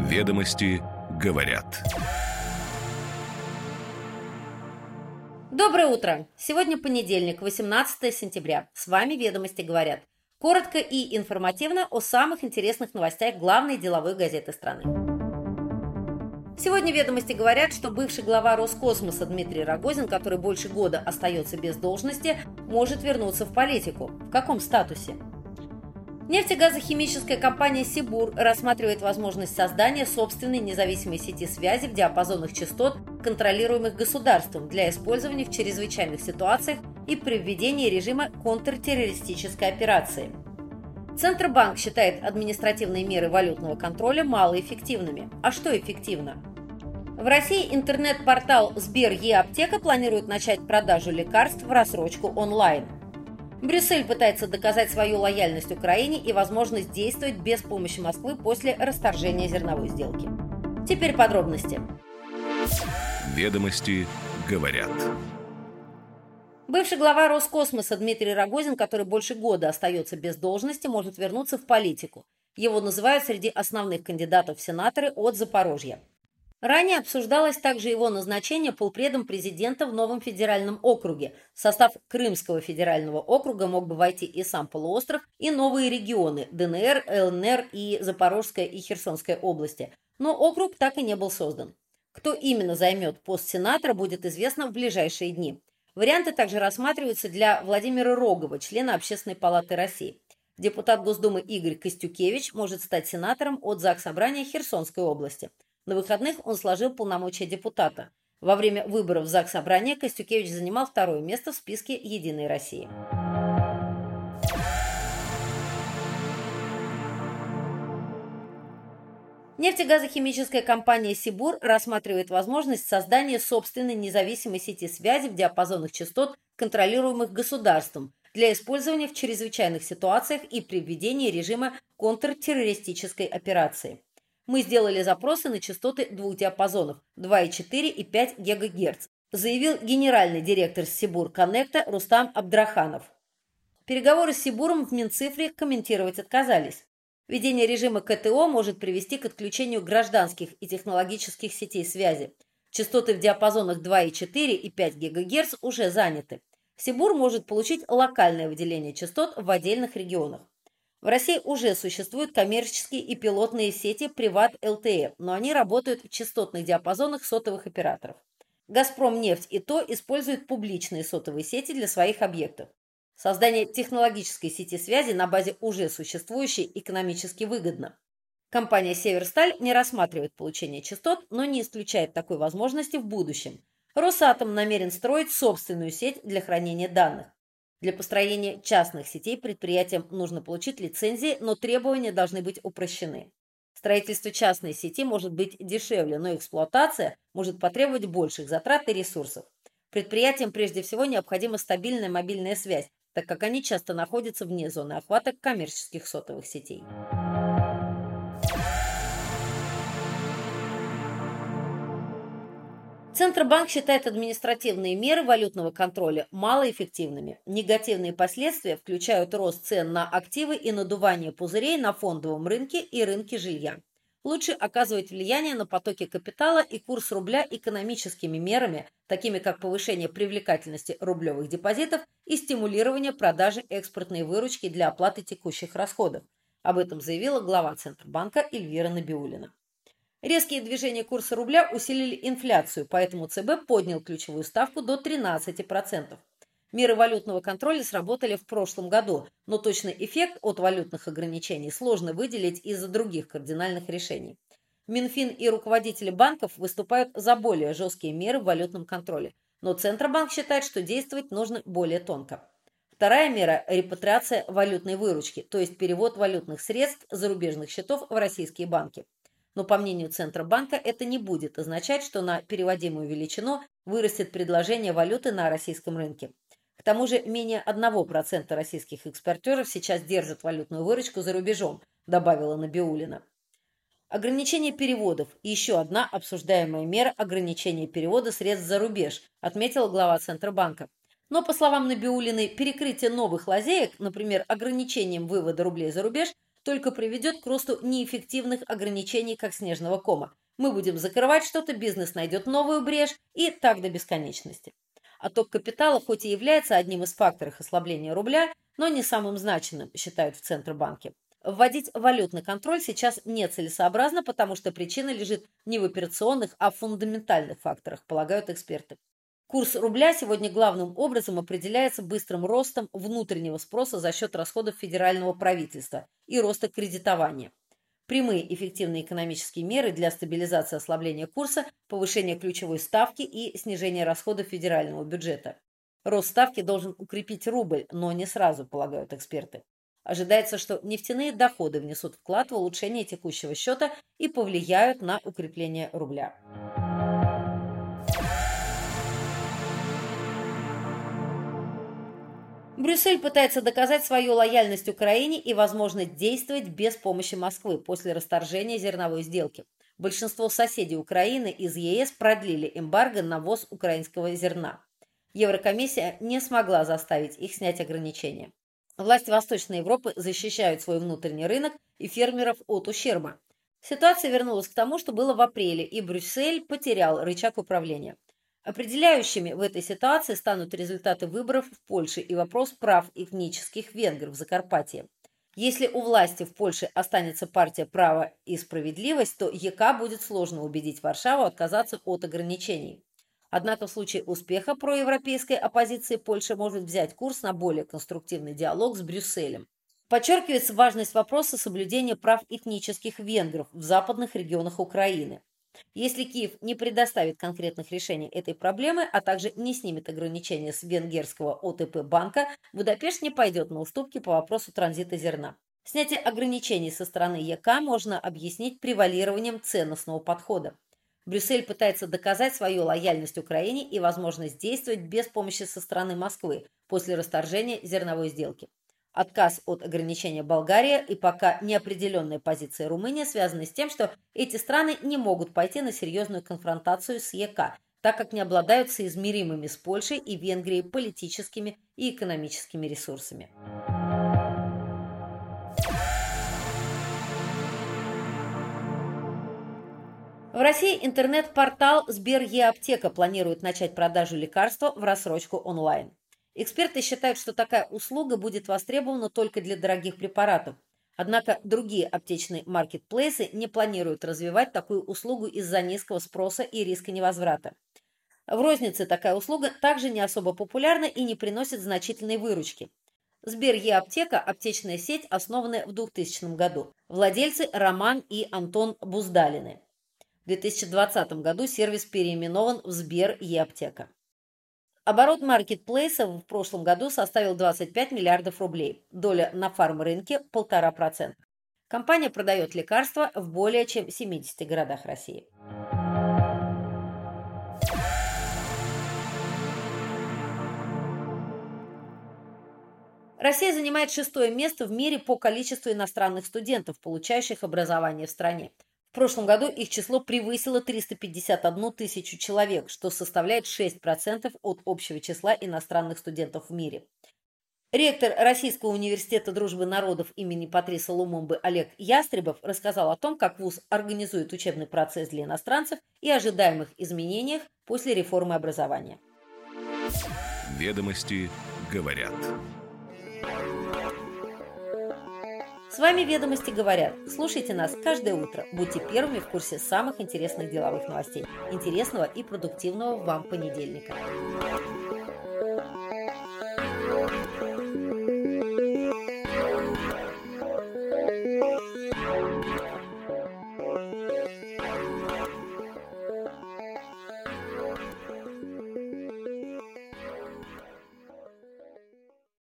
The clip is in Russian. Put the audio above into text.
Ведомости говорят. Доброе утро! Сегодня понедельник, 18 сентября. С вами «Ведомости говорят». Коротко и информативно о самых интересных новостях главной деловой газеты страны. Сегодня «Ведомости говорят», что бывший глава Роскосмоса Дмитрий Рогозин, который больше года остается без должности, может вернуться в политику. В каком статусе? Нефтегазохимическая компания «Сибур» рассматривает возможность создания собственной независимой сети связи в диапазонах частот, контролируемых государством, для использования в чрезвычайных ситуациях и при введении режима контртеррористической операции. Центробанк считает административные меры валютного контроля малоэффективными. А что эффективно? В России интернет-портал Сбер Е-аптека планирует начать продажу лекарств в рассрочку онлайн. Брюссель пытается доказать свою лояльность Украине и возможность действовать без помощи Москвы после расторжения зерновой сделки. Теперь подробности. Ведомости говорят. Бывший глава Роскосмоса Дмитрий Рогозин, который больше года остается без должности, может вернуться в политику. Его называют среди основных кандидатов в сенаторы от Запорожья. Ранее обсуждалось также его назначение полпредом президента в новом федеральном округе. В состав Крымского федерального округа мог бы войти и сам полуостров, и новые регионы – ДНР, ЛНР и Запорожская и Херсонская области. Но округ так и не был создан. Кто именно займет пост сенатора, будет известно в ближайшие дни. Варианты также рассматриваются для Владимира Рогова, члена Общественной палаты России. Депутат Госдумы Игорь Костюкевич может стать сенатором от Заксобрания Херсонской области. На выходных он сложил полномочия депутата. Во время выборов в Заксобрание Костюкевич занимал второе место в списке «Единой России». Нефтегазохимическая компания «Сибур» рассматривает возможность создания собственной независимой сети связи в диапазонах частот, контролируемых государством, для использования в чрезвычайных ситуациях и при введении режима контртеррористической операции. Мы сделали запросы на частоты двух диапазонов 2,4 и 5 ГГц, заявил генеральный директор Сибур Коннекта Рустам Абдраханов. Переговоры с Сибуром в Минцифре комментировать отказались. Введение режима КТО может привести к отключению гражданских и технологических сетей связи. Частоты в диапазонах 2,4 и 5 ГГц уже заняты. Сибур может получить локальное выделение частот в отдельных регионах. В России уже существуют коммерческие и пилотные сети Приват-ЛТЕ, но они работают в частотных диапазонах сотовых операторов. «Газпромнефть» и ТО используют публичные сотовые сети для своих объектов. Создание технологической сети связи на базе уже существующей экономически выгодно. Компания «Северсталь» не рассматривает получение частот, но не исключает такой возможности в будущем. «Росатом» намерен строить собственную сеть для хранения данных. Для построения частных сетей предприятиям нужно получить лицензии, но требования должны быть упрощены. Строительство частной сети может быть дешевле, но эксплуатация может потребовать больших затрат и ресурсов. Предприятиям прежде всего необходима стабильная мобильная связь, так как они часто находятся вне зоны охвата коммерческих сотовых сетей. Центробанк считает административные меры валютного контроля малоэффективными. Негативные последствия включают рост цен на активы и надувание пузырей на фондовом рынке и рынке жилья. Лучше оказывать влияние на потоки капитала и курс рубля экономическими мерами, такими как повышение привлекательности рублевых депозитов и стимулирование продажи экспортной выручки для оплаты текущих расходов. Об этом заявила глава Центробанка Эльвира Набиуллина. Резкие движения курса рубля усилили инфляцию, поэтому ЦБ поднял ключевую ставку до 13%. Меры валютного контроля сработали в прошлом году, но точный эффект от валютных ограничений сложно выделить из-за других кардинальных решений. Минфин и руководители банков выступают за более жесткие меры в валютном контроле, но Центробанк считает, что действовать нужно более тонко. Вторая мера – репатриация валютной выручки, то есть перевод валютных средств с зарубежных счетов в российские банки. Но, по мнению Центробанка, это не будет означать, что на переводимую величину вырастет предложение валюты на российском рынке. К тому же менее 1% российских экспортеров сейчас держат валютную выручку за рубежом, добавила Набиуллина. Ограничение переводов – еще одна обсуждаемая мера ограничения перевода средств за рубеж, отметила глава Центробанка. Но, по словам Набиуллиной, перекрытие новых лазеек, например, ограничением вывода рублей за рубеж, только приведет к росту неэффективных ограничений, как снежного кома. Мы будем закрывать что-то, бизнес найдет новую брешь и так до бесконечности. Отток капитала хоть и является одним из факторов ослабления рубля, но не самым значимым, считают в Центробанке. Вводить валютный контроль сейчас нецелесообразно, потому что причина лежит не в операционных, а в фундаментальных факторах, полагают эксперты. Курс рубля сегодня главным образом определяется быстрым ростом внутреннего спроса за счет расходов федерального правительства и роста кредитования. Прямые эффективные экономические меры для стабилизации ослабления курса, повышения ключевой ставки и снижения расходов федерального бюджета. Рост ставки должен укрепить рубль, но не сразу, полагают эксперты. Ожидается, что нефтяные доходы внесут вклад в улучшение текущего счета и повлияют на укрепление рубля. Брюссель пытается доказать свою лояльность Украине и возможность действовать без помощи Москвы после расторжения зерновой сделки. Большинство соседей Украины из ЕС продлили эмбарго на ввоз украинского зерна. Еврокомиссия не смогла заставить их снять ограничения. Власти Восточной Европы защищают свой внутренний рынок и фермеров от ущерба. Ситуация вернулась к тому, что было в апреле, и Брюссель потерял рычаг управления. Определяющими в этой ситуации станут результаты выборов в Польше и вопрос прав этнических венгров в Закарпатье. Если у власти в Польше останется партия «Право и справедливость», то ЕК будет сложно убедить Варшаву отказаться от ограничений. Однако в случае успеха проевропейской оппозиции Польша может взять курс на более конструктивный диалог с Брюсселем. Подчеркивается важность вопроса соблюдения прав этнических венгров в западных регионах Украины. Если Киев не предоставит конкретных решений этой проблемы, а также не снимет ограничения с венгерского ОТП-банка, Будапешт не пойдет на уступки по вопросу транзита зерна. Снятие ограничений со стороны ЕК можно объяснить превалированием ценностного подхода. Брюссель пытается доказать свою лояльность Украине и возможность действовать без помощи со стороны Москвы после расторжения зерновой сделки. Отказ от ограничения Болгария и пока неопределенная позиция Румынии связаны с тем, что эти страны не могут пойти на серьезную конфронтацию с ЕК, так как не обладают соизмеримыми с Польшей и Венгрией политическими и экономическими ресурсами. В России интернет-портал Сбер-Е-аптека планирует начать продажу лекарства в рассрочку онлайн. Эксперты считают, что такая услуга будет востребована только для дорогих препаратов. Однако другие аптечные маркетплейсы не планируют развивать такую услугу из-за низкого спроса и риска невозврата. В рознице такая услуга также не особо популярна и не приносит значительной выручки. Сбер-Е-аптека – аптечная сеть, основанная в 2000 году. Владельцы Роман и Антон Буздалины. В 2020 году сервис переименован в Сбер-Е-аптека. Оборот маркетплейса в прошлом году составил 25 миллиардов рублей. Доля на фармрынке – 1,5%. Компания продает лекарства в более чем 70 городах России. Россия занимает 6-е место в мире по количеству иностранных студентов, получающих образование в стране. В прошлом году их число превысило 351 тысячу человек, что составляет 6% от общего числа иностранных студентов в мире. Ректор Российского университета дружбы народов имени Патриса Лумумбы Олег Ястребов рассказал о том, как ВУЗ организует учебный процесс для иностранцев и ожидаемых изменениях после реформы образования. Ведомости говорят. С вами «Ведомости говорят». Слушайте нас каждое утро. Будьте первыми в курсе самых интересных деловых новостей. Интересного и продуктивного вам понедельника.